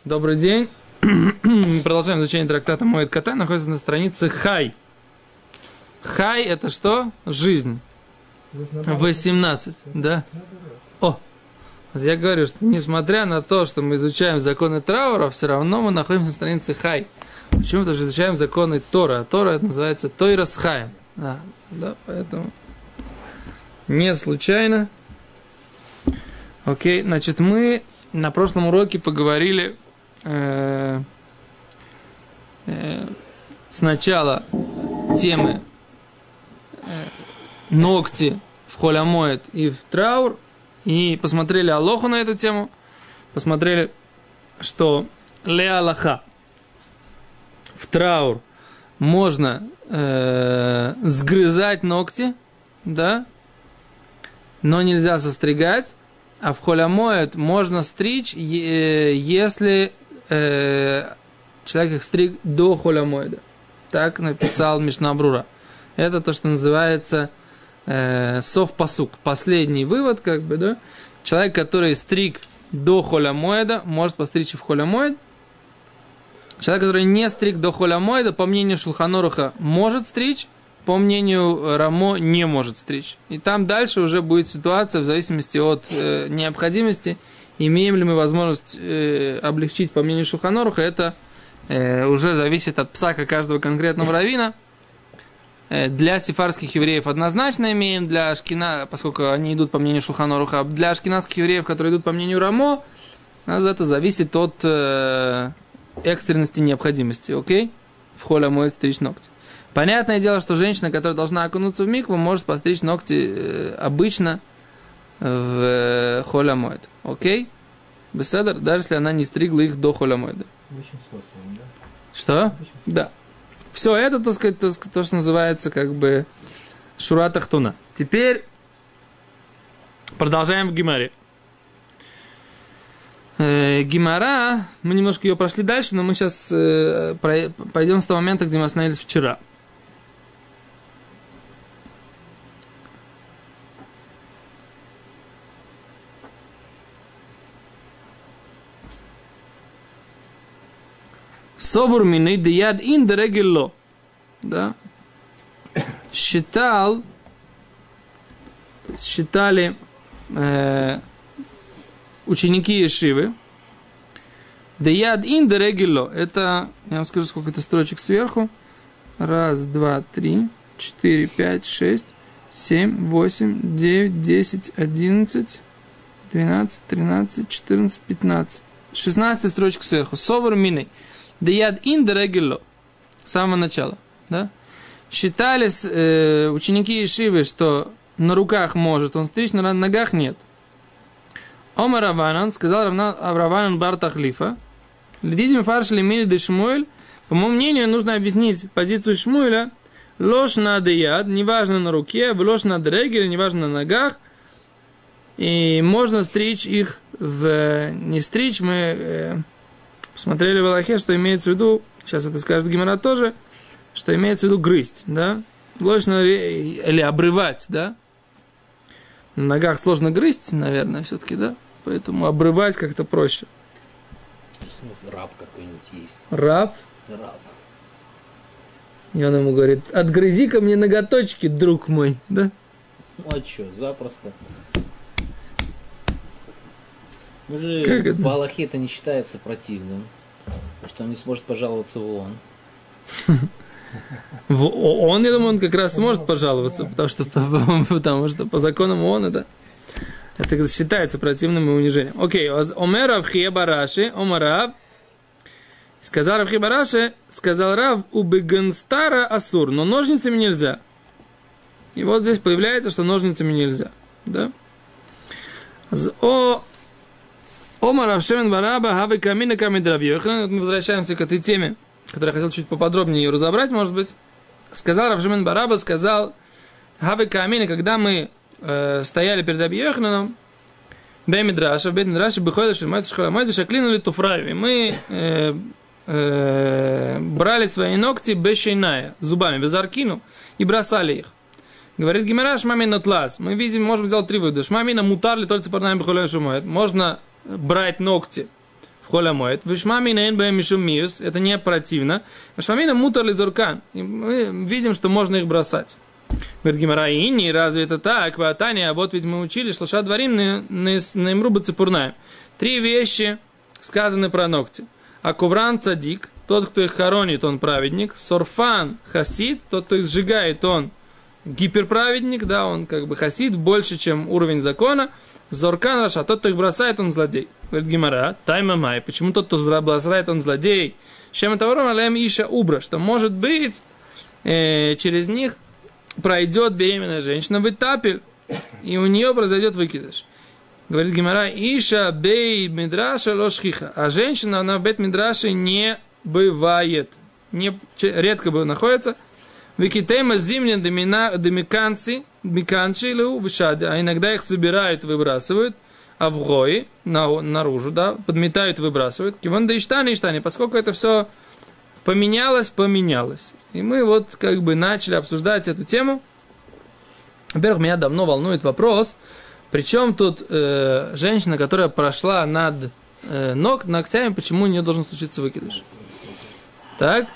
Добрый день. Мы продолжаем изучение трактата Моэд Катан. Находится на странице Хай. Хай это что? Жизнь. 18. Да? О! Я говорю, что несмотря на то, что мы изучаем законы траура, все равно мы находимся на странице Хай. Почему? Потому что изучаем законы Тора. А Тора это называется Тойрас Хаем. Да, поэтому не случайно. Окей, значит, мы на прошлом уроке поговорили сначала темы ногти в Холь ха-Моэд и в траур, и посмотрели алоху на эту тему, посмотрели, что ле алаха в траур можно сгрызать ногти, да, но нельзя состригать, а в Холь ха-Моэд можно стричь, если человек их стриг до Холь ха-Моэда. Так написал Мишна Брура. Это то, что называется сов пасук. Последний вывод, как бы, да. Человек, который стриг до Холь ха-Моэда, может постричь и в Холь ха-Моэд. Человек, который не стриг до Холь ха-Моэда, по мнению Шулхан Аруха, может стричь, по мнению Рамо, не может стричь. И там дальше уже будет ситуация в зависимости от необходимости. Имеем ли мы возможность облегчить, по мнению Шулхан Аруха, это уже зависит от псака каждого конкретного раввина. Для сефардских евреев однозначно имеем, для ашкена, поскольку они идут по мнению Шулхан Аруха, для ашкеназских евреев, которые идут по мнению Рамо, это зависит от экстренности необходимости, окей? В Холь ха-Моэд стричь ногти. Понятное дело, что женщина, которая должна окунуться в микву, может постричь ногти обычно в Холь ха-Моэд. Окей? Беседер, даже если она не стригла их до Холь ха-Моэда. Обычным способом, да? Что? Да. Все это, так сказать, то, что называется, как бы, шура тахтуна. Теперь продолжаем в Гемаре. Гемара, мы немножко ее прошли дальше, но мы сейчас пойдем с того момента, где мы остановились вчера. Собур мины дияд ин дерегелло. Да. Считали ученики Ешивы. Дияд ин дерегелло. Это, я вам скажу, сколько это строчек сверху. 1, 2, 3, 4, 5, 6, 7, 8, 9, 10, 11, 12, 13, 14, 15. 16 строчек сверху. Собур мины. Дияд ин дерегелло. С самого начала. Да? Считали ученики Ешивы, что на руках может он стричь, но на ногах нет. Омар Раванан, сказал Раванан бар Тахлифа, лидидим фарш лемили де Шмуэль, по моему мнению, нужно объяснить позицию Шмуэля, ложь на дияд, неважно на руке, ложь на дрегеле, неважно на ногах, и можно стричь их не стричь, мы посмотрели в Алахе, что имеется в виду, сейчас это скажет Гемара тоже, что имеется в виду грызть, да, ложь или обрывать, да, на ногах сложно грызть, наверное, все-таки, да, поэтому обрывать как-то проще. Раб какой-нибудь есть. Раб? Раб. И он ему говорит, отгрызи-ка мне ноготочки, друг мой, да? Ну а что, запросто. Мы же в Аллахе это не считается противным, что он не сможет пожаловаться в ООН. В ООН, я думаю, он как раз сможет пожаловаться, потому что по законам ООН это считается противным и унижением. Окей, Омер Рав Хия бар Аши, Омар Рав, сказал Рав Хия бар Аши, сказал Рав, убеганстара асур, но ножницами нельзя. И вот здесь появляется, что ножницами нельзя. Да? Омар Рав Шемен бар Аба, хавы камина камид Рав Йоханан. Мы возвращаемся к этой теме, которую я хотел чуть поподробнее ее разобрать, может быть. Сказал Рав Шемен бар Аба, сказал, хавы камина, когда мы стояли перед Раби Йохананом, в бейт Мидраше, бехода шельмайт шхоль ха-Моэд, шаклинули туфраю. И мы брали свои ногти бешейная, зубами, без аркину, и бросали их. Говорит Гемара, шмамина тлас. Мы видим, можем сделать три вывода. Шмамина мутар ли только парнаем бехолен шумоет. Можно брать ногти в холямоэт. Вишмамина энбэм мишумиус. Это не противно. Вишмамина мутар лизуркан. И мы видим, что можно их бросать. Говорит Гемара, и разве это так? Ватания, вот ведь мы учили, что шлаша дворим на имруба цепурнаем. 3 вещи сказаны про ногти. Акувран цадик, тот, кто их хоронит, он праведник. Сорфан хасид, тот, кто их сжигает, он гиперправедник, да, он как бы хасид, больше, чем уровень закона. Зоркан раша, тот, кто их бросает, он злодей. Говорит Гемара, таймамай, почему тот, кто бросает, он злодей? Чем это вором, алем иша убра, что может быть через них пройдет беременная женщина в этапе, и у нее произойдет выкидыш. Говорит Гемара, иша бей мидраша лошхиха, а женщина, она в бейт мидраше не бывает, редко находится. Викитейма зимняя демиканци, а иногда их собирают, выбрасывают, а в гои, наружу, да, подметают, выбрасывают. Кивон да иштани, поскольку это все поменялось. И мы вот как бы начали обсуждать эту тему. Во-первых, меня давно волнует вопрос, причем тут женщина, которая прошла над ногтями, почему у нее должен случиться выкидыш? Так?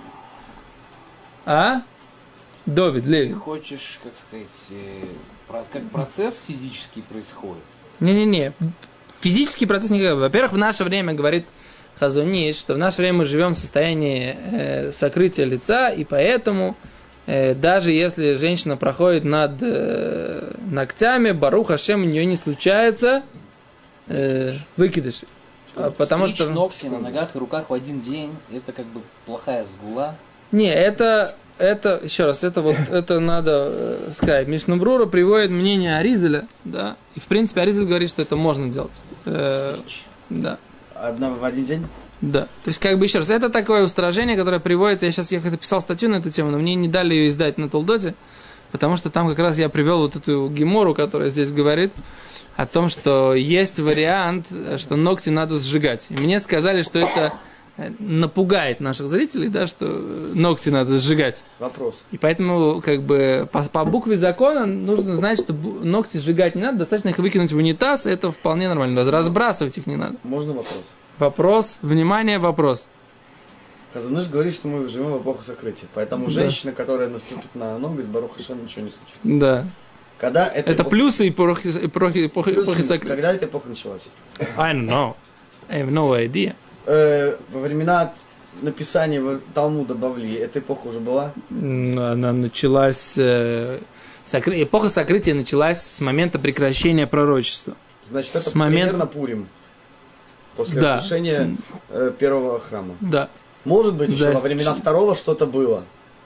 Довид, Леви. Ты хочешь, как сказать, как процесс физический происходит? Не. Физический процесс никакой. Во-первых, в наше время, говорит Хазон Иш, что в наше время мы живем в состоянии сокрытия лица, и поэтому даже если женщина проходит над ногтями, Барух Ашем, у нее не случается выкидыши. Потому что ногти на ногах и руках в один день, это как бы плохая сгула. Не, это еще раз, это надо сказать. Мишна Брура приводит мнение Аризеля, да, и в принципе Аризель говорит, что это можно делать. Да. Одна в один день? Да. То есть, как бы еще раз, это такое устражение, которое приводится. Я как-то писал статью на эту тему, но мне не дали ее издать на Толдоте, потому что там как раз я привел вот эту гемору, которая здесь говорит о том, что есть вариант, что ногти надо сжигать. И мне сказали, что это напугает наших зрителей, да, что ногти надо сжигать. Вопрос. И поэтому, как бы, по букве закона нужно знать, что ногти сжигать не надо, достаточно их выкинуть в унитаз, это вполне нормально. Разбрасывать их не надо. Можно вопрос? Вопрос, внимание, вопрос. Хазон Иш говорит, что мы живем в эпоху сокрытия, поэтому женщина, которая наступит на ноготь, Барух Ашем, ничего не случится. Да. Когда это эпоха... плюсы эпохи сокрытия. Когда эта эпоха началась? I don't know. I have no idea. Во времена написания Талмуда Бавли эта эпоха уже была? Она началась... Эпоха сокрытия началась с момента прекращения пророчества. Значит, это примерно Пурим. После разрушения первого храма. Да. Может быть, еще во времена второго что-то было.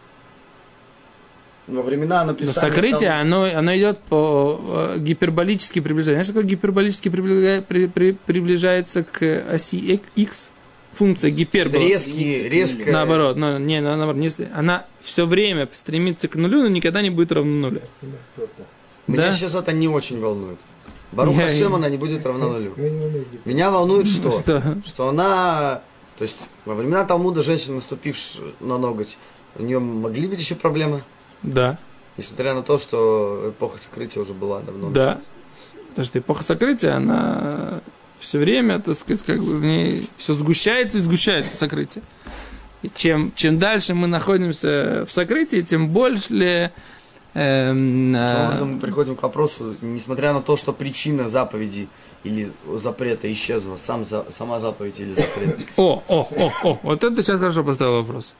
Во времена написания... Но сокрытие, оно идет по гиперболически приближению. Знаешь, что такое гиперболически приближается к оси X? Функция гипербола. Резко. Наоборот. Она все время стремится к нулю, но никогда не будет равно нулю. Меня сейчас это не очень волнует. Барух Ашем, она не будет равна нулю. Меня волнует что? Что она... То есть, во времена Талмуда женщина, наступившая на ноготь, у нее могли быть еще проблемы? Да. Несмотря на то, что эпоха сокрытия уже была давно. Да. Потому что эпоха сокрытия, она все время, так сказать, как бы в ней все сгущается и сгущается сокрытие. И чем дальше мы находимся в сокрытии, тем больше... Таким образом мы приходим к вопросу, несмотря на то, что причина заповеди или запрета исчезла, сама заповедь или запрет. Вот это сейчас хорошо поставил вопрос.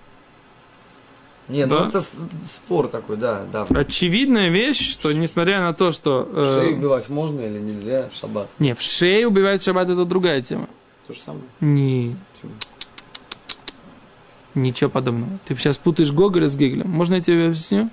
Нет, да? Ну это спор такой, да. Очевидная вещь, что несмотря на то, что... В шею убивать можно или нельзя в шаббат? Не, в шею убивать в шаббат это другая тема. То же самое? Не. Ничего подобного. Ты сейчас путаешь Гоголя с Гегелем. Можно я тебе объясню?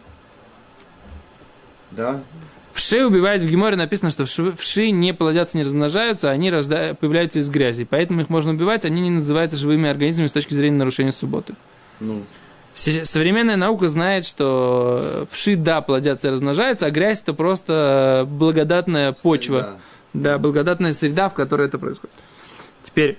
Да. В шею убивает, в Геморе написано, что вши не плодятся, не размножаются, они появляются из грязи. Поэтому их можно убивать, они не называются живыми организмами с точки зрения нарушения субботы. Современная наука знает, что вши, да, плодятся и размножаются, а грязь это просто благодатная почва. Среда. Да, благодатная среда, в которой это происходит. Теперь,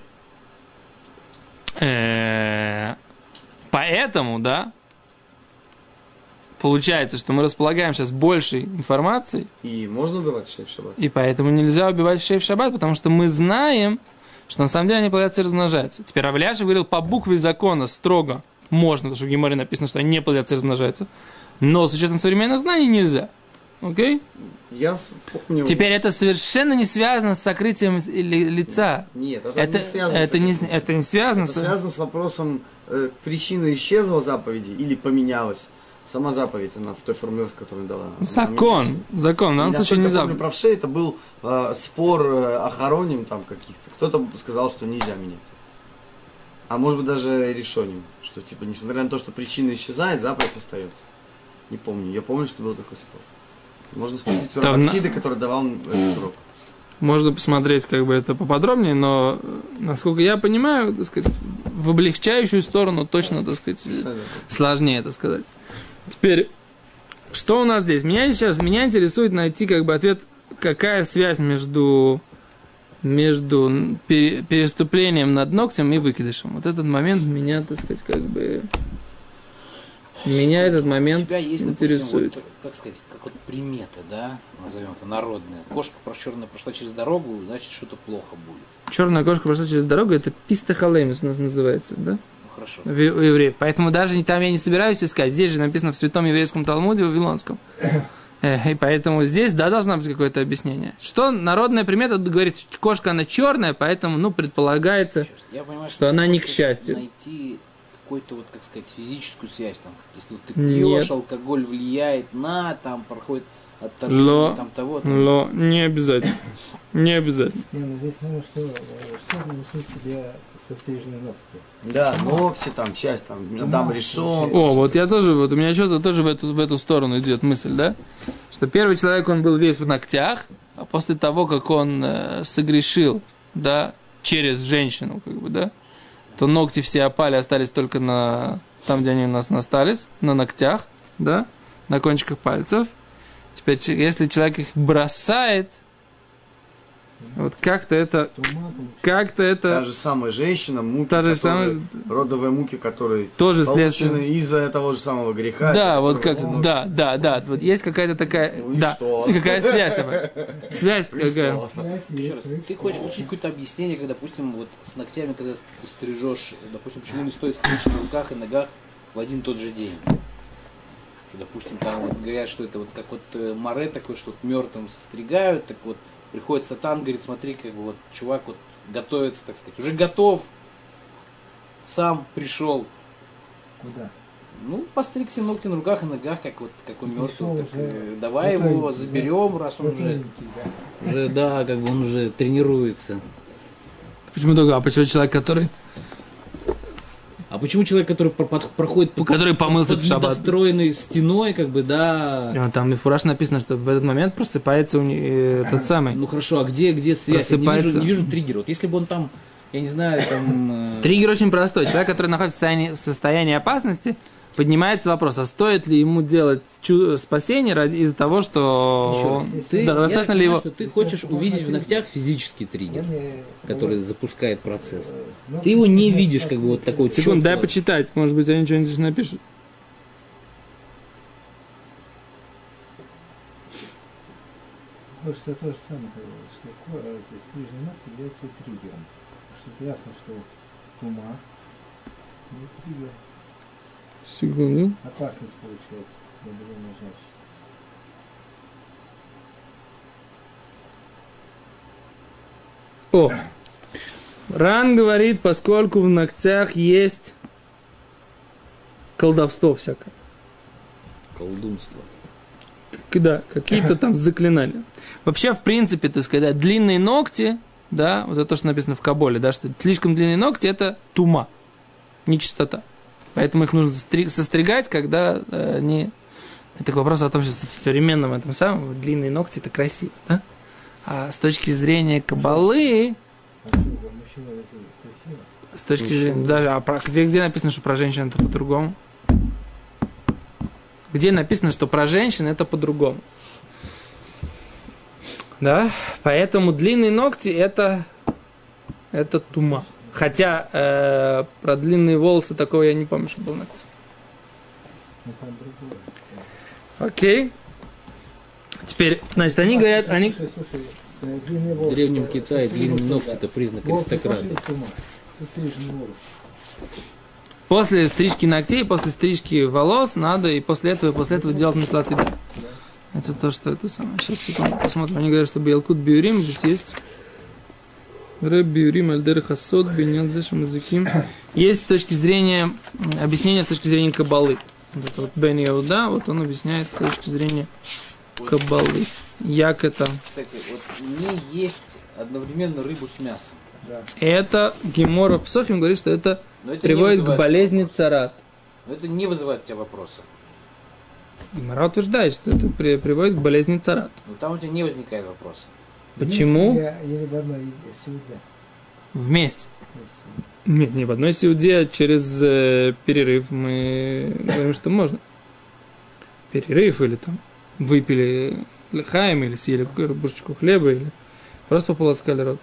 поэтому, да, получается, что мы располагаем сейчас большей информацией. И можно убивать в шей в шаббат. И поэтому нельзя убивать в шей в шаббат, потому что мы знаем, что на самом деле они плодятся и размножаются. Теперь Рав Эляшев говорил, по букве закона строго можно, потому что в Гемаре написано, что они не плодятся и размножаются, но с учетом современных знаний нельзя. Окей? Я помню. Теперь это совершенно не связано с сокрытием лица. Нет, это не связано. Это не связано это связано с вопросом, причина исчезла заповеди или поменялась. Сама заповедь, она в той формулировке, которую дала. Закон. В данном случае не заповедь. Правшей это был спор охороним там каких-то. Кто-то сказал, что нельзя менять. А может быть даже решением, что типа, несмотря на то, что причина исчезает, заповедь остается. Не помню. Я помню, что был такой спор. Можно спросить у Рабаксида, который давал этот урок. Можно посмотреть как бы это поподробнее, но, насколько я понимаю, так сказать, в облегчающую сторону точно, так сказать, сложнее это сказать. Теперь, что у нас здесь? Меня интересует найти как бы ответ, какая связь между переступлением над ногтем и выкидышем. Вот этот момент меня, так сказать, как бы... Меня этот момент интересует. Вот, как сказать, как вот примета, да, назовем это народная. Кошка черная прошла через дорогу, значит, что-то плохо будет. Черная кошка прошла через дорогу, это пистахалемис у нас называется, да? Ну, хорошо. У евреев. Поэтому даже там я не собираюсь искать. Здесь же написано в Святом Еврейском Талмуде, в Вавилонском. И поэтому здесь, да, должно быть какое-то объяснение. Что народная примета говорит, кошка, она черная, поэтому, предполагается, что она не к счастью. Найти какую-то, вот, как сказать, физическую связь, там, если вот ты пьешь, алкоголь влияет на, там, проходит отторжение, там, того-то. Не обязательно. Не обязательно. Здесь нужно, что несут себе состриженные ногти. Да, ногти, там, часть, там, дам решен. Вот я тоже, вот у меня что-то тоже в эту сторону идет мысль, да? Что первый человек, он был весь в ногтях, а после того, как он согрешил, да, через женщину, как бы, да, то ногти все опали, остались только там, где они у нас остались, на ногтях, да, на кончиках пальцев. Теперь, если человек их бросает, вот как-то это... Та же самая женщина, муки, родовые муки, которые тоже получены из-за того же самого греха. Да, вот как... Да. Вот есть какая-то такая... Какая связь? Связь какая? Ты хочешь получить какое-то объяснение, когда, допустим, вот с ногтями, когда ты стрижешь, допустим, почему не стоит стричь на руках и ногах в один и тот же день? Что, допустим, там вот говорят, что это вот как вот море такое, что вот мертвым состригают, так вот приходит сатан, говорит, смотри, как бы вот чувак вот готовится, так сказать, уже готов, сам пришел. Куда? Постригся ногти на руках и ногах, как он мертвый. Давай его заберем, раз он уже, как бы он уже тренируется. Почему только? А почему человек, который... А почему человек, который проходит который помылся в шаббат, недостроенной стеной, как бы, да... Там в фураж написано, что в этот момент просыпается тот самый... Хорошо, а где связь? Я не вижу триггера. Вот если бы он там, я не знаю, там... Триггер очень простой. Человек, который находится в состоянии опасности, поднимается вопрос, а стоит ли ему делать спасение из-за того, что... Достаточно ли его... Что ты хочешь увидеть в ногтях физический триггер, который запускает процесс. Ты его не видишь, как бы вот такой... Секунду, дай почитать, может быть, они что-нибудь здесь напишут. Может, это то же самое, что стриженный ногти является триггером. Потому что ясно, что ума не триггер. Секунду. Опасность получается для беременной женщины. Ран говорит, поскольку в ногтях есть колдовство всякое. Колдунство. Да, какие-то там заклинания. Вообще, в принципе, так сказать, длинные ногти, да, вот это то, что написано в Каболе, да, что слишком длинные ногти – это тума, нечистота. Поэтому их нужно состригать, когда они... Это вопрос о том, что в современном этом самом длинные ногти – это красиво, да? А с точки зрения Кабалы... С точки зрения... Даже, где написано, что про женщин это по-другому? Где написано, что про женщин это по-другому? Да? Поэтому длинные ногти это тума. Хотя про длинные волосы такого я не помню, что было написано. Окей. Теперь, значит, они говорят... Слушай, В Древнем Китае длинный ноготь – это признак аристократа. После стрижки ногтей, после стрижки волос надо и после этого делать мицват еда. Это то, что это самое. Сейчас, секунду, посмотрим. Они говорят, что Ялкут Биурим здесь есть. Рэб Биурим Альдер Хасод Беньян Зешем Языким. Есть с точки зрения, объяснение с точки зрения Каббалы. Вот это вот Бен Иуда, вот он объясняет с точки зрения Каббалы. Як это? Кстати, вот не есть одновременно рыбу с мясом. Да. Это Гемора Псохим говорит, что это приводит к болезни царат. Но это не вызывает у тебя вопроса. Гемора утверждает, что это приводит к болезни царат. Но там у тебя не возникает вопроса. Почему? Или в одной сеуде. Вместе. Нет, не в одной сеуде, а через перерыв мы говорим, что можно. Перерыв или там выпили лехаим, или съели бушечку хлеба, или просто пополоскали рот.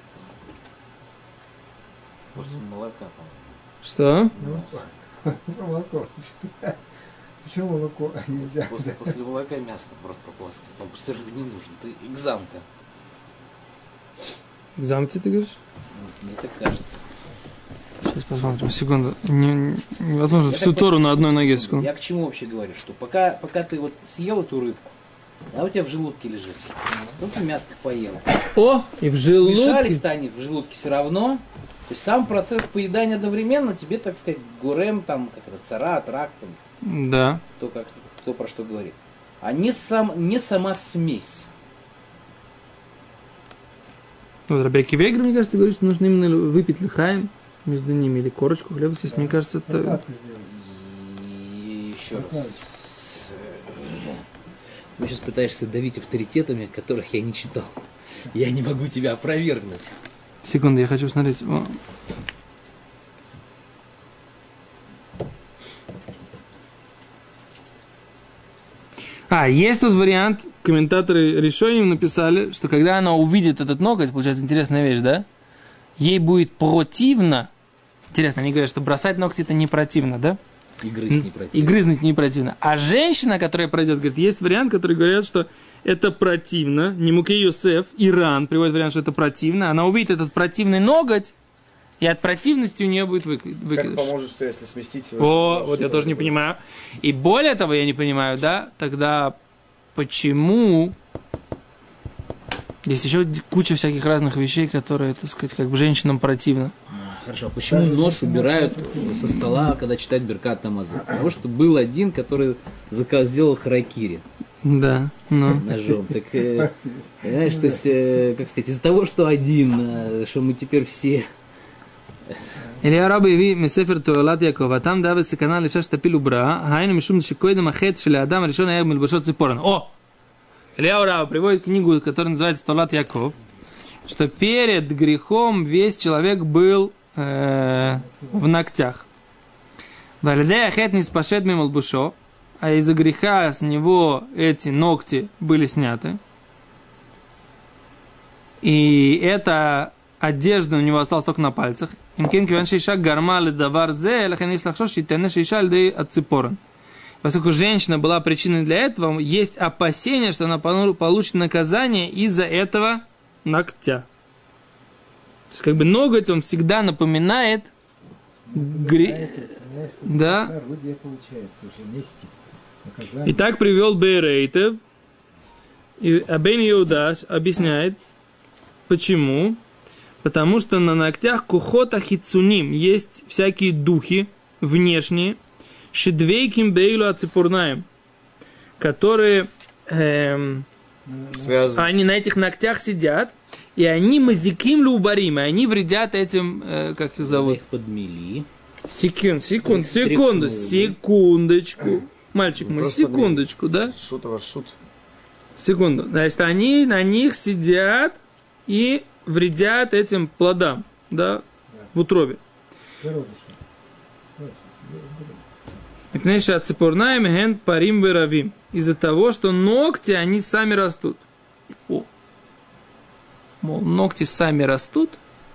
После молока, по-моему. Что? Молоко. Почему молоко нельзя? После молока мясо просто прополоскать. Вам просто рыбы не нужно. Ты экзам-то. Экзамте, ты говоришь? Мне так кажется. Сейчас посмотрим, секунду. Невозможно всю Тору на одной ноге, секунду. Я к чему вообще говорю? Что пока ты вот съел эту рыбку, она у тебя в желудке лежит. Ну, ты мяско поел. О, и в желудке. Смешались-то они в желудке все равно. То есть сам процесс поедания одновременно тебе, так сказать, гурем, там, как это, царат, рак, там. Да. Кто про что говорит. А не сама смесь. Вот Рабби Вегер, мне кажется, говорит, что нужно именно выпить лехаим между ними или корочку хлеба съесть. Мне кажется, это... И еще раз. Ты сейчас пытаешься давить авторитетами, которых я не читал. Я не могу тебя опровергнуть. Секунду, я хочу посмотреть. Есть тут вариант, комментаторы Ришоним написали, что когда она увидит этот ноготь, получается интересная вещь, да? Ей будет противно. Интересно, они говорят, что бросать ногти это не противно, да? И грызть не противно. И грызнуть не противно. А женщина, которая пройдет, говорит, есть вариант, который говорят, что это противно. Немукей Йосеф, Иран приводит вариант, что это противно. Она увидит этот противный ноготь, и от противности у нее будет выкидыш. Как поможет, что если сместить его? Вот я тоже не понимаю. И более того, я не понимаю, да, тогда почему... Есть еще куча всяких разных вещей, которые, так сказать, как бы женщинам противно. Хорошо, а почему нож убирают со стола, когда читают Беркат Тамазы? Потому что был один, который сделал харакири. Да, ну. Ножом. Так, понимаешь, то есть, как сказать, из-за того, что один, что мы теперь все... Илья Раби הביא מספר תועלת יעקב, הטעם דעה וסכנה לאישה שתפיל ובראה, היינו משום שקודם החטא של האדם הראשון היה מלבושות ציפורן. Илья Раби приводит книгу, которая называется Товлат Яков, что перед грехом весь человек был в ногтях. Валидея хэт не спашет мимо лбушо, а из-за греха с него эти ногти были сняты. И эта одежда у него осталась только на пальцах. Имкен киван шейша гарма ледавар зе, лахен есть лахшош, шитене шейша льдей от ципорен. Поскольку женщина была причиной для этого, есть опасение, что она получит наказание из-за этого ногтя. То есть, как бы ноготь, он всегда напоминает... Да. И так привел Бейрейтев. И Абен Иудаш объясняет, почему. Потому что на ногтях кухота хицуним есть всякие духи внешние, шедвейким бейлу аципурнаем, которые они на этих ногтях сидят, и они мазиким лубарим, и они вредят этим, как их зовут? Их подмели. Секундочку. Мальчик мой, секундочку, да? Шут. Секунду. Значит, они на них сидят и вредят этим плодам, да, в утробе. Из-за того, что ногти, они сами растут. Мол, ногти сами растут.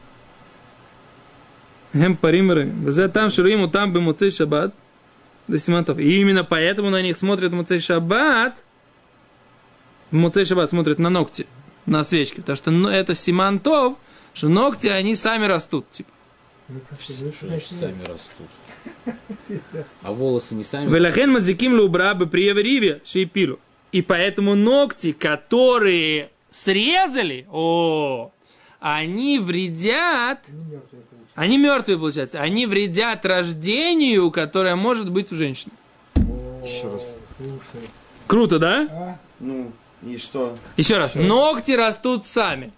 И именно поэтому на них смотрят в Моцей Шаббат. В Моцей Шаббат смотрят на ногти. на свечке. Потому что это симантов, что ногти, они сами растут. Типа. Сами растут. А волосы не сами? Велахен мазиким лубра бы приевриве шейпилу. И поэтому ногти, которые срезали, они вредят. Они мертвые, получается. Они вредят рождению, которое может быть у женщины. Еще раз. Круто, да? Ну, и что? Еще раз. Ногти растут сами.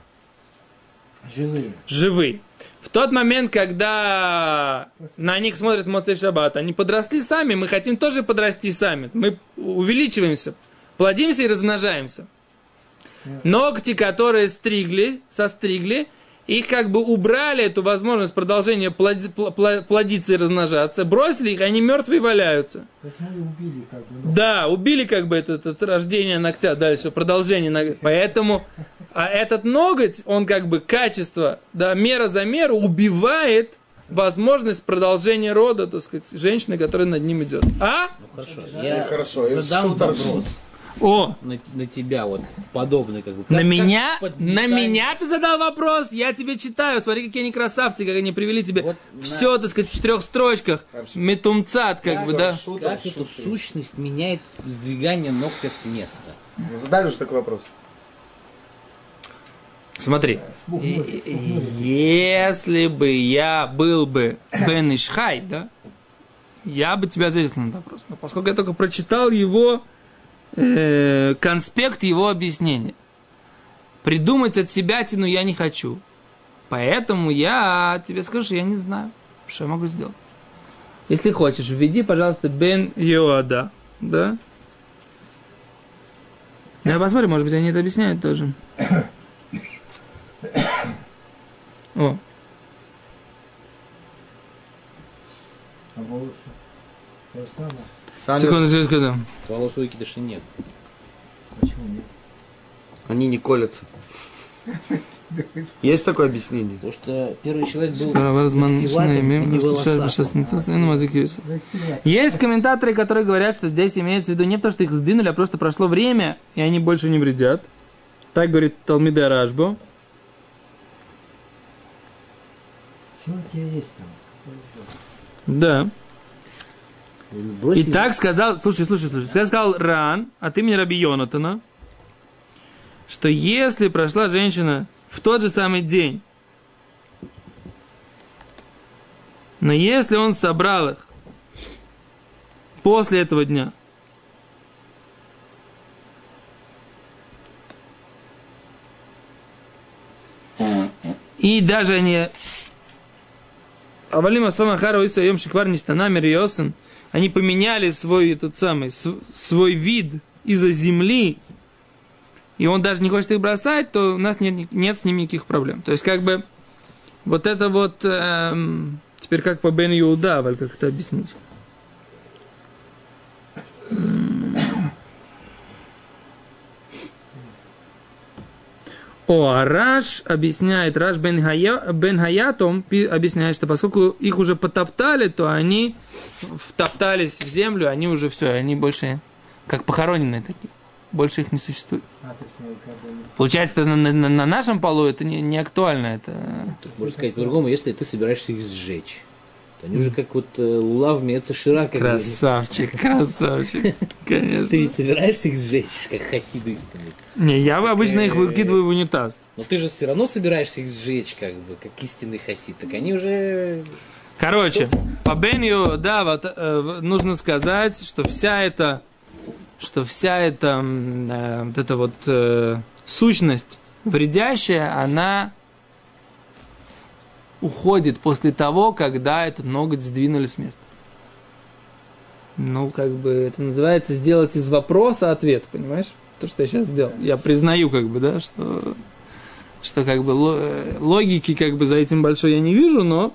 Живые. В тот момент, когда на них смотрят Моцей Шаббат, они подросли сами, мы хотим тоже подрасти сами. Мы увеличиваемся, плодимся и размножаемся. Ногти, которые состригли, их как бы убрали, эту возможность продолжения плодиться и размножаться, бросили их, они мертвые валяются. То есть мы убили как бы. Да, убили как бы это рождение ногтя дальше, продолжение ногтя. Поэтому этот ноготь, он как бы качество, да, мера за меру убивает возможность продолжения рода, так сказать, женщины, которая над ним идет. Ну хорошо, я задам вопрос. На тебя вот подобный как бы. На меня ты задал вопрос, я тебе читаю, смотри, какие они красавцы, как они привели тебе вот все, так сказать, в 4 строчках. Метумцат, как бы, да. Как эту сущность меняет сдвигание ногтя с места? Задали уже такой вопрос. Смотри, если бы я был бы Бен Ишхай, да, я бы тебе ответил на этот вопрос. Но поскольку я только прочитал его конспект его объяснения, придумать от себя тяну я не хочу. Поэтому я тебе скажу, что я не знаю, что я могу сделать. Если хочешь, введи, пожалуйста, Бен Йоада, да? Ну, посмотрим, может быть, они это объясняют тоже. О. А волосы? То же самое. Секунду. Волос у Икидыша нет. Почему нет? Они не колятся. Есть такое объяснение? Потому что первый человек был Есть комментаторы, которые говорят, что здесь имеется в виду не то, что их сдвинули, а просто прошло время, и они больше не вредят. Так говорит Талмидей Рашбо. Все у тебя есть там. Да. И так сказал, слушай, сказал Ран от имени Раби Йонатана, что если прошла женщина в тот же самый день, но если он собрал их после этого дня, и даже они Авалима Свамахара Уисаем Шиквар Ништана Мириосен, они поменяли свой вид из-за земли, и он даже не хочет их бросать, то у нас нет с ними никаких проблем. То есть, как бы, вот это вот, теперь как по Бен Иуда, Валь, как это объяснить? Раш объясняет, Раш Бен Хаятом объясняет, что поскольку их уже потоптали, то они втоптались в землю, они уже все, они больше как похороненные такие. Больше их не существует. Получается, на нашем полу это не актуально. Это... Можно сказать по-другому, если ты собираешься их сжечь. То они уже как вот лулав меца шира. Красавчик, конечно. Ты ведь собираешься их сжечь, как хасид истинный? Не, я обычно их выкидываю в унитаз. Но ты же все равно собираешься их сжечь, как бы, как истинный хасид. Так они уже... Короче, по Бенью, да, вот, нужно сказать, что вся эта вот эта вот сущность вредящая, она уходит после того, когда этот ноготь сдвинули с места. Ну, как бы, это называется сделать из вопроса ответ, понимаешь? То, что я сейчас сделал. Я признаю, как бы, да, что как бы логики, как бы, за этим большой я не вижу, но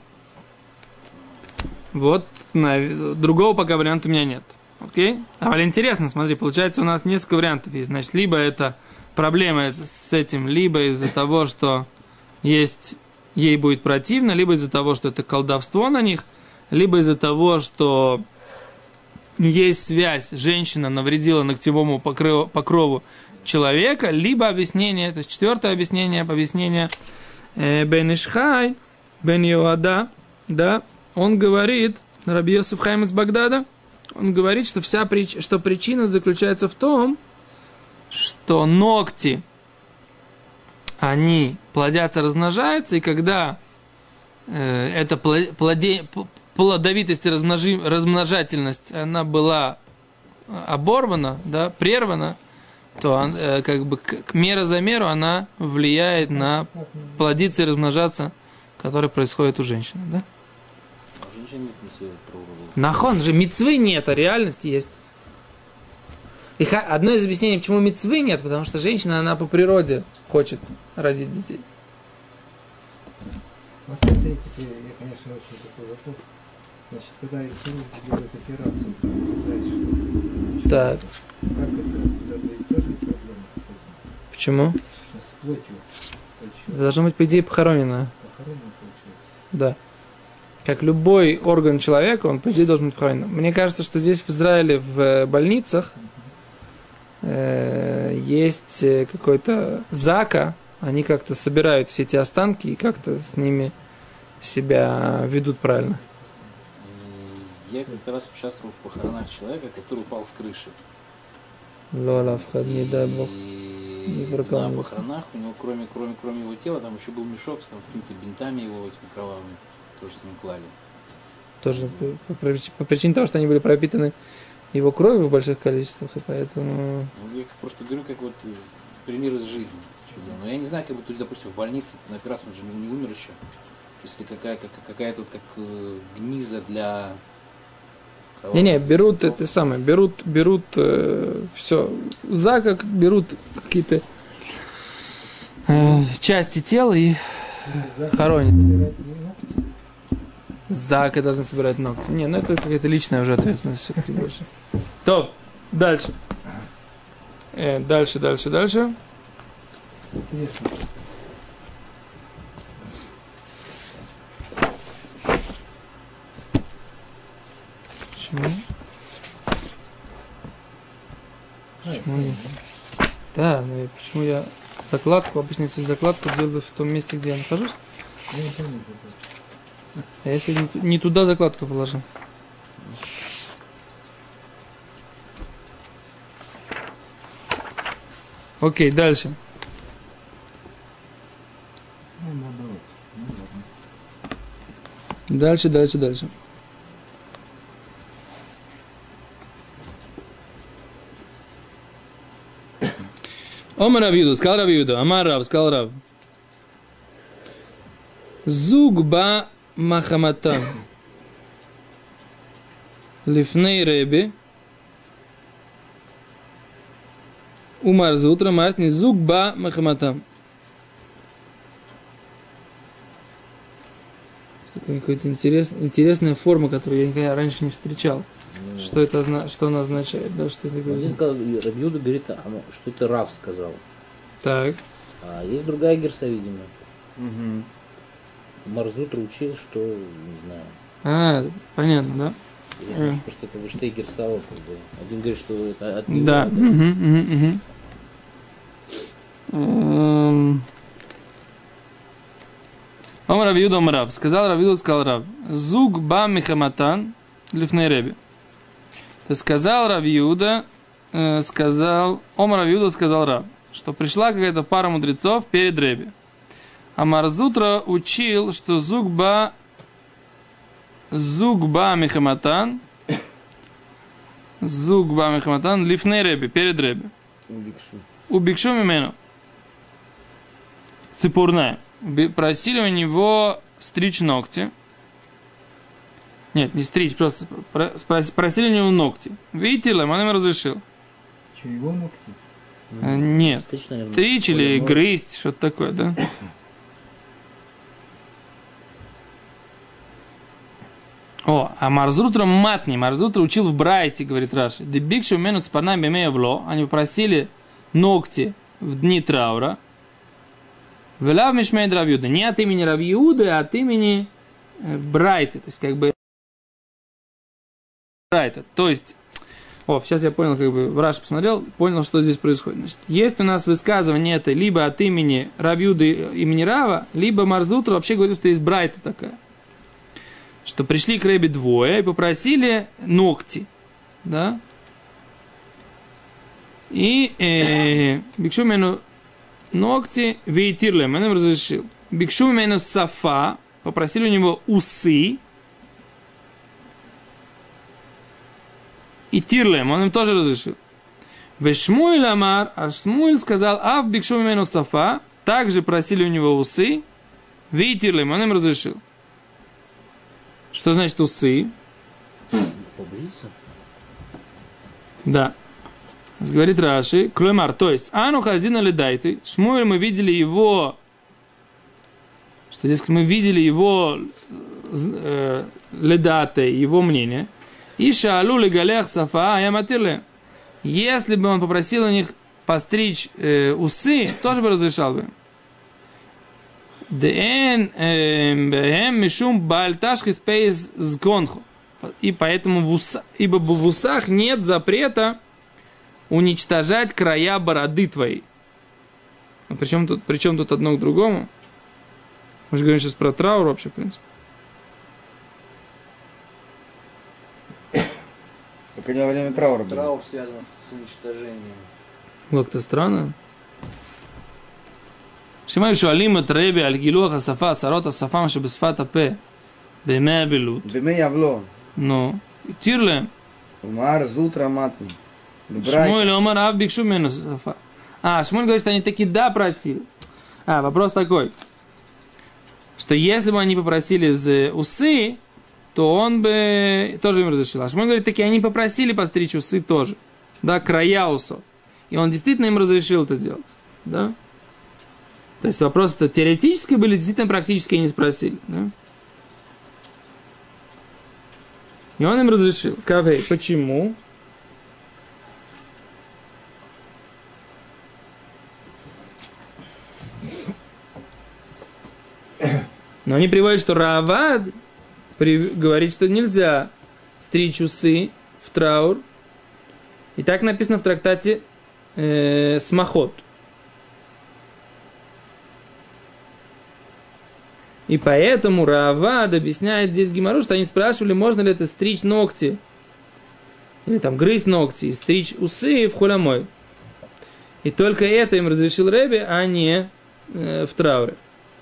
вот другого пока варианта у меня нет. Окей? А интересно, смотри, получается, у нас несколько вариантов есть. Значит, либо это проблема с этим, либо из-за того, что ей будет противно, либо из-за того, что это колдовство на них, либо из-за того, что есть связь, женщина навредила ногтевому покрову человека, либо объяснение, то есть четвертое объяснение Бен Ишхай, Бен Йоада, да, он говорит, Раби Йосеф Хаим из Багдада, он говорит, что что причина заключается в том, что ногти, они плодятся, размножаются, и когда эта плодовитость и размножательность, она была оборвана, да, прервана, то как бы мера за меру она влияет на плодиться и размножаться, которое происходит у женщины, да? А у женщин нет митцвы про Нахон же митцвы нет, а реальность есть. И одно из объяснений, почему митцвы нет, потому что женщина, она по природе хочет родить детей. Ну, смотрите, я, конечно, очень такой вопрос. Значит, когда хирург делает операцию, показать, что... Так. Как это? Это тоже проблема с этим? Почему? С плотью. Должно быть, по идее, похоронено. Похоронено, получается. Да. Как любой орган человека, он, по идее, должен быть похоронен. Мне кажется, что здесь в Израиле в больницах есть какой-то зака, они как-то собирают все эти останки и как-то с ними себя ведут правильно. Я как-то раз участвовал в похоронах человека, который упал с крыши. Лола, вход, не дай бог. И на похоронах у него, кроме его тела, там еще был мешок с какими-то бинтами его этими кровавыми. Тоже с ним клали. Тоже по причине того, что они были пропитаны его кровью в больших количествах, и поэтому... Ну, я просто говорю, как вот пример из жизни. Но я не знаю, как бы тут, допустим, в больнице на операцию он же не умер еще. Если какая-то вот как гниза для... Не-не, берут это самое, берут все, зака, берут какие-то части тела и хоронят. Зака должны собирать ногти. Не, ну это какая-то личная уже ответственность все-таки больше. То, дальше. Дальше. Интересно. Почему? Да, ну и почему я закладку, обычно если закладку делаю в том месте, где я нахожусь? А если не туда закладку положил? Окей, дальше. Дальше. Омар Рав Юда, сказал Рав Юда, Амар Рав, сказал Рав. Зуг ба махаматан лифней реби умар зутра матни зуг ба махаматан. Какая-то интересная форма, которую я никогда раньше не встречал. Что это что она означает? Да, что это говорит? Здесь Рав Юда говорит, что это Рав сказал. Так. А есть другая герса, видимо. Угу. Марзутра учил, что, не знаю. Понятно, да? Просто это выштей герсао, как бы. Один говорит, что это от него. Да. Омар Рав Юда, Омар Рав. Сказал Рав Юда, сказал Рав. Зуг ба михаматан лифней реби. То есть сказал Рав Юда, Омар Рав Юда сказал Рав, что пришла какая-то пара мудрецов перед Реби. А Марзутра учил, что зугба михаматан лифней Реби, перед Реби. Убикшу мимену. Цепурная. Просили у него стричь ногти. Нет, не стричь, просто просили у него ногти. Видите, он им разрешил. Что, его ногти? Нет. Стричь или грызть, что-то такое, да? А Марзутра матни. Марзутра учил в Брайте, говорит Раши. Дебикшу мену цпарна бемея вло. Они попросили ногти в дни траура. Велав мишмейд Рав Юда. Не от имени Рав Юды, а от имени Брайты. То есть, как бы... То есть, сейчас я понял, как бы в Раши посмотрел, понял, что здесь происходит. Значит, есть у нас высказывание это либо от имени Рав-Юды имени Рава, либо Марзутра вообще говорит, что есть брайта такая. Что пришли к Ребе двое и попросили ногти. Да? И бикшу мену ногти вейтирлем, он им разрешил. Бикшу мену сафа, попросили у него усы. И тирлем, он им тоже разрешил. Вешмуэль амар, а Шмуэль сказал, в бикшу мену сафа, также просили у него усы. Вейтирлем, он им разрешил. Что значит усы? Побриться? Да. Говорит Раши, клемар, то есть, ану хазина ледайты, Шмуэль мы видели его, что здесь мы видели его ледаты, его мнение, и шаалу легалех сафа аяматирле. Если бы он попросил у них постричь усы, тоже бы разрешал бы. И поэтому ибо в усах нет запрета уничтожать края бороды твоей. Причем тут одно к другому? Мы же говорим сейчас про траур вообще, в принципе. Только не во время траура. Траур связан с уничтожением. Как-то странно. שמעים שואלים את רבי על גילוח השפה, עשרות השפם שבשפת הפה, בימי הבלות. בימי הבלו. נו, התיר להם. ומר זוטרה מתנו. Шмуэль אומר, бикшу мену сафа. Шмуэль говорит, что они таки да просили. Вопрос такой, что если бы они попросили усы, то он бы тоже им разрешил. А Шмуэль говорит, таки они попросили постричь усы тоже. Да, края усов. И он действительно им разрешил это делать. Да? То есть вопрос-то теоретически были, действительно практически не спросили. Да? И он им разрешил. Кавей, почему? Но они приводят, что Раавад говорит, что нельзя стричь усы в траур. И так написано в трактате Смахот. И поэтому Раавад объясняет здесь Гемару, что они спрашивали, можно ли это стричь ногти, или там грызть ногти, и стричь усы в холямой. И только это им разрешил Ребе, а не в трауре.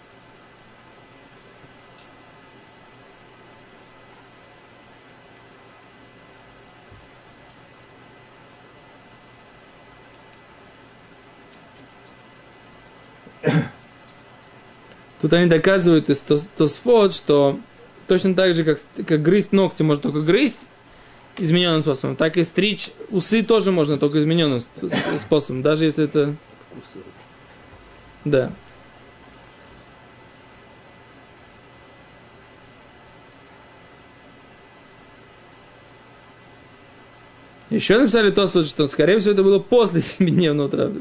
Тут они доказывают из Тосфот, что точно так же, как грызть ногти можно только грызть измененным способом, так и стричь усы тоже можно только измененным способом, даже если это... Да. Еще написали Тосфот, что, скорее всего, это было после 7-дневного траура.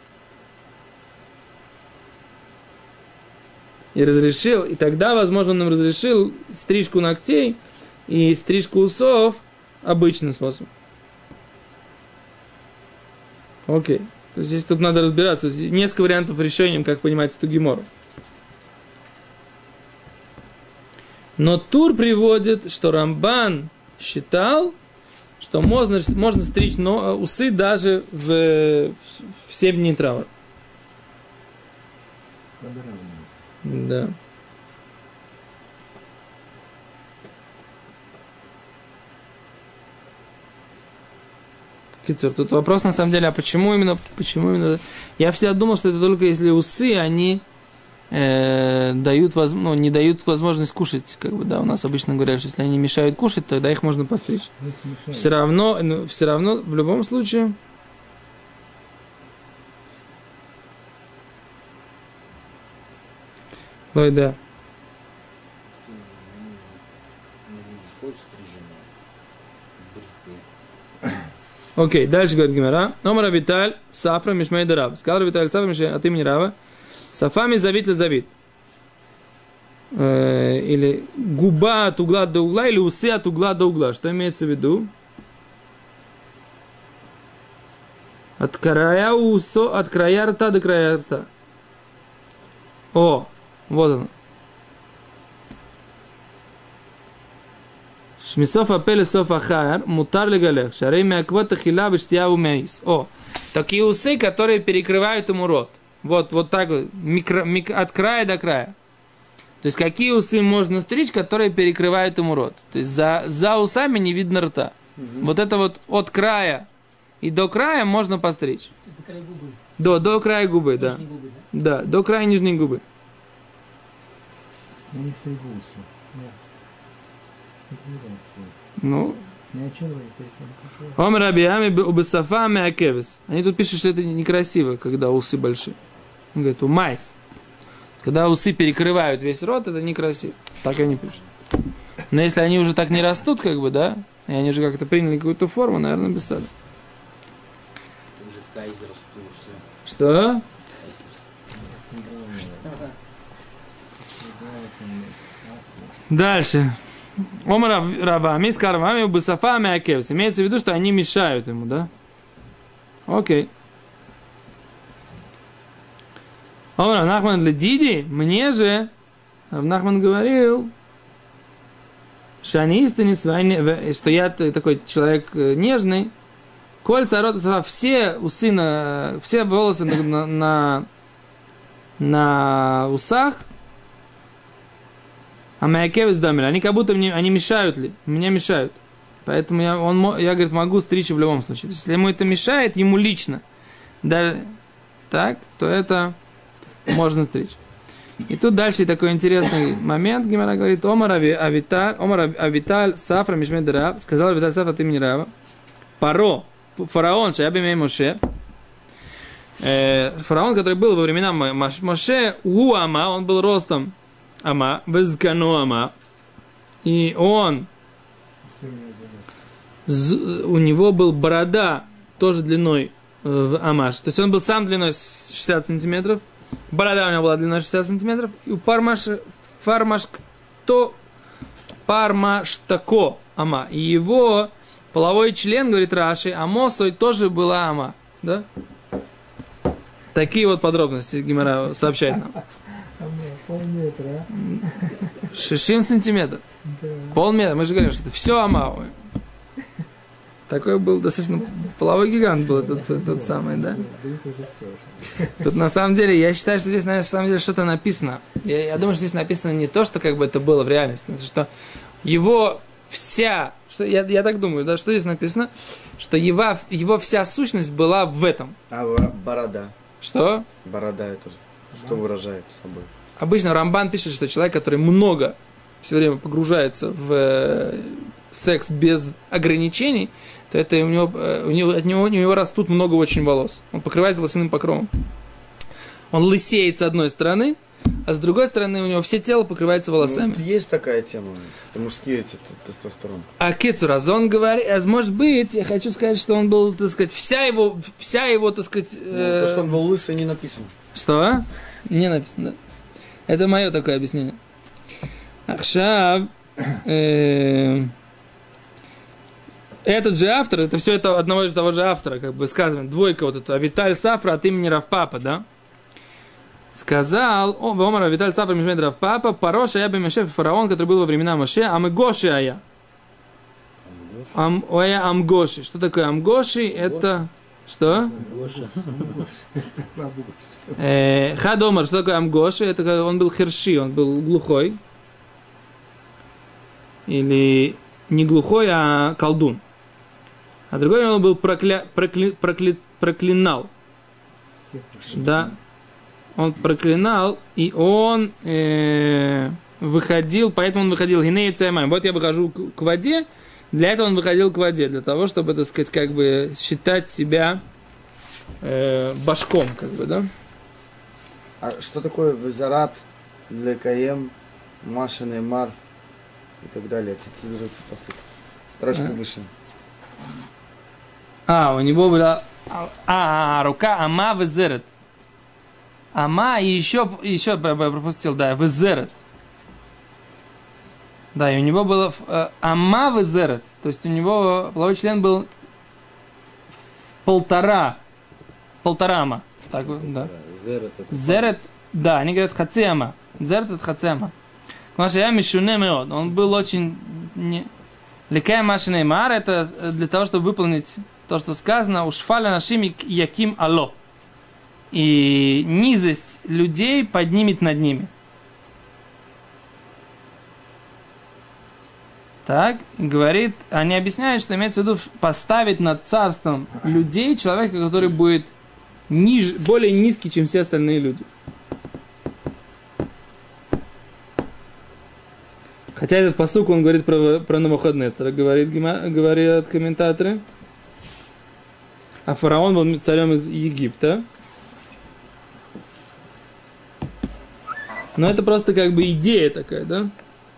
И разрешил, и тогда, возможно, он нам разрешил стрижку ногтей и стрижку усов обычным способом. Окей. То есть здесь тут надо разбираться. Несколько вариантов решения, как понимать эту гемору. Но Тур приводит, что Рамбан считал, что можно стричь усы даже в 7 дней траура. Да. Кицур, тут вопрос на самом деле, а почему именно? Я всегда думал, что это только если усы, они дают не дают возможность кушать, как бы, да, у нас обычно говорят, что если они мешают кушать, тогда их можно постричь. Все равно, в любом случае. Ой, да. Окей, дальше говорит Гемара. Номер Авиталь, Сафра, Мишмей Дараб. Сказал Авиталь, Сафра, Мишмей, от имени Рава. Сафами завит ли завит. Или губа от угла до угла, или усы от угла до угла. Что имеется в виду? От края рта до края рта. О, вот оно. Шмисов апеле сов ахар, мутар легалех, шарей мяквот ахила виштия умяис. О, такие усы, которые перекрывают ему рот. Вот так вот, от края до края. То есть, какие усы можно стричь, которые перекрывают ему рот. То есть, за усами не видно рта. Вот это вот от края и до края можно постричь. То есть, до края губы? До края губы, да. Губы, да? Да, до края нижней губы. Я не стригу усы. Ну. Омер Абиами убесафа меакевис. Они тут пишут, что это некрасиво, когда усы большие. Он говорит, умайс. Когда усы перекрывают весь рот, это некрасиво. Так они пишут. Но если они уже так не растут, как бы, да, и они уже как-то приняли какую-то форму, наверное, без сада. Уже кайзерские усы. Что? Дальше. Омар Равами с Карвами у Басафа Мякевс. Имеется в виду, что они мешают ему, да? Окей. Омар Нахман для Диди, мне же, Нахман говорил, что я такой человек нежный, кольца, рота, все усы, все волосы на усах, а Мякевис дамер, они как будто они мешают ли? Мне мешают. Поэтому я, говорит, могу стричь в любом случае. Если ему это мешает, ему лично, даже так, то это можно стричь. И тут дальше такой интересный момент. Гемара говорит, Омар Авиталь Сафра Мишмед Рав, сказал Авиталь Сафра от имени Рава, фараон Шаяби Мей Моше, фараон, который был во времена Моше, Уама, он был ростом Ама, Везкано Ама, и он, у него был борода, тоже длиной в Амаш, то есть он был сам длиной 60 сантиметров, борода у него была длиной 60 сантиметров, и у Пармаштако Ама, и его половой член, говорит Раши, Амосой тоже была Ама, да? Такие вот подробности Гемара сообщает нам. Полметра. 60 сантиметров. Да. Полметра. Мы же говорим, что это все Амау. Такой был достаточно половой гигант был тот самый, да? Тут на самом деле, я считаю, что здесь на самом деле что-то написано. Я думаю, что здесь написано не то, что как бы это было в реальности, что его вся, что я так думаю, да, что здесь написано, что его вся сущность была в этом. А борода? Что? Борода это что выражает собой? Обычно Рамбан пишет, что человек, который много все время погружается в секс без ограничений, то это у него растут много очень волос. Он покрывается волосяным покровом. Он лысеет с одной стороны, а с другой стороны у него все тело покрывается волосами. Ну, есть такая тема, это мужские тестостерон. А Кецураз, он говорит, может быть, я хочу сказать, что он был, так сказать, вся его, так сказать... То, что он был лысый, не написано. Что? Не написано, да. Это мое такое объяснение. Ахшав, этот же автор, это все это одного и того же автора, как бы сказано, двойка вот эта, Авиталь Сафра от имени Равпапа, да? Сказал, Омар Авиталь Сафра Мишмед Равпапа, Пароша я бы Мешеф фараон, который был во времена Моше, Амгоши ая. Амгоши. Что такое Амгоши? Это... Что? Хадомар, что такое Амгоши? Это он был херши, он был глухой. Или не глухой, а колдун. А другой он был проклинал. Да. Он проклинал, и он выходил, поэтому он выходил гинею цаймаем. Вот я выхожу к воде, для этого он выходил к воде, для того, чтобы, так сказать, как бы считать себя башком, как бы, да? А что такое визарат, лекаем, машин мар и так далее? Это цитируется по сути. Строчка выше. У него была рука Ама везерет. Ама и еще пропустил, да, везерет. Да, и у него было Ама везерет, то есть у него половой член был 1,5 полтора ама. Так, да. Зерет, да, они говорят хацема. Зерет это хацема. Маша мишуне меод. Он был очень... Лекая Маша Неймар, это для того, чтобы выполнить то, что сказано, ушфаля нашими яким ало. И низость людей поднимет над ними. Так, говорит, они объясняют, что имеется в виду поставить над царством людей человека, который будет более низкий, чем все остальные люди. Хотя этот пасук, он говорит про Навуходоносора, говорят комментаторы. А фараон был царем из Египта. Но это просто как бы идея такая, да?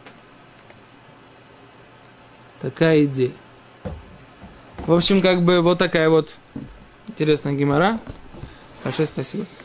Такая идея. В общем, как бы вот такая вот интересная гемара. Большое спасибо.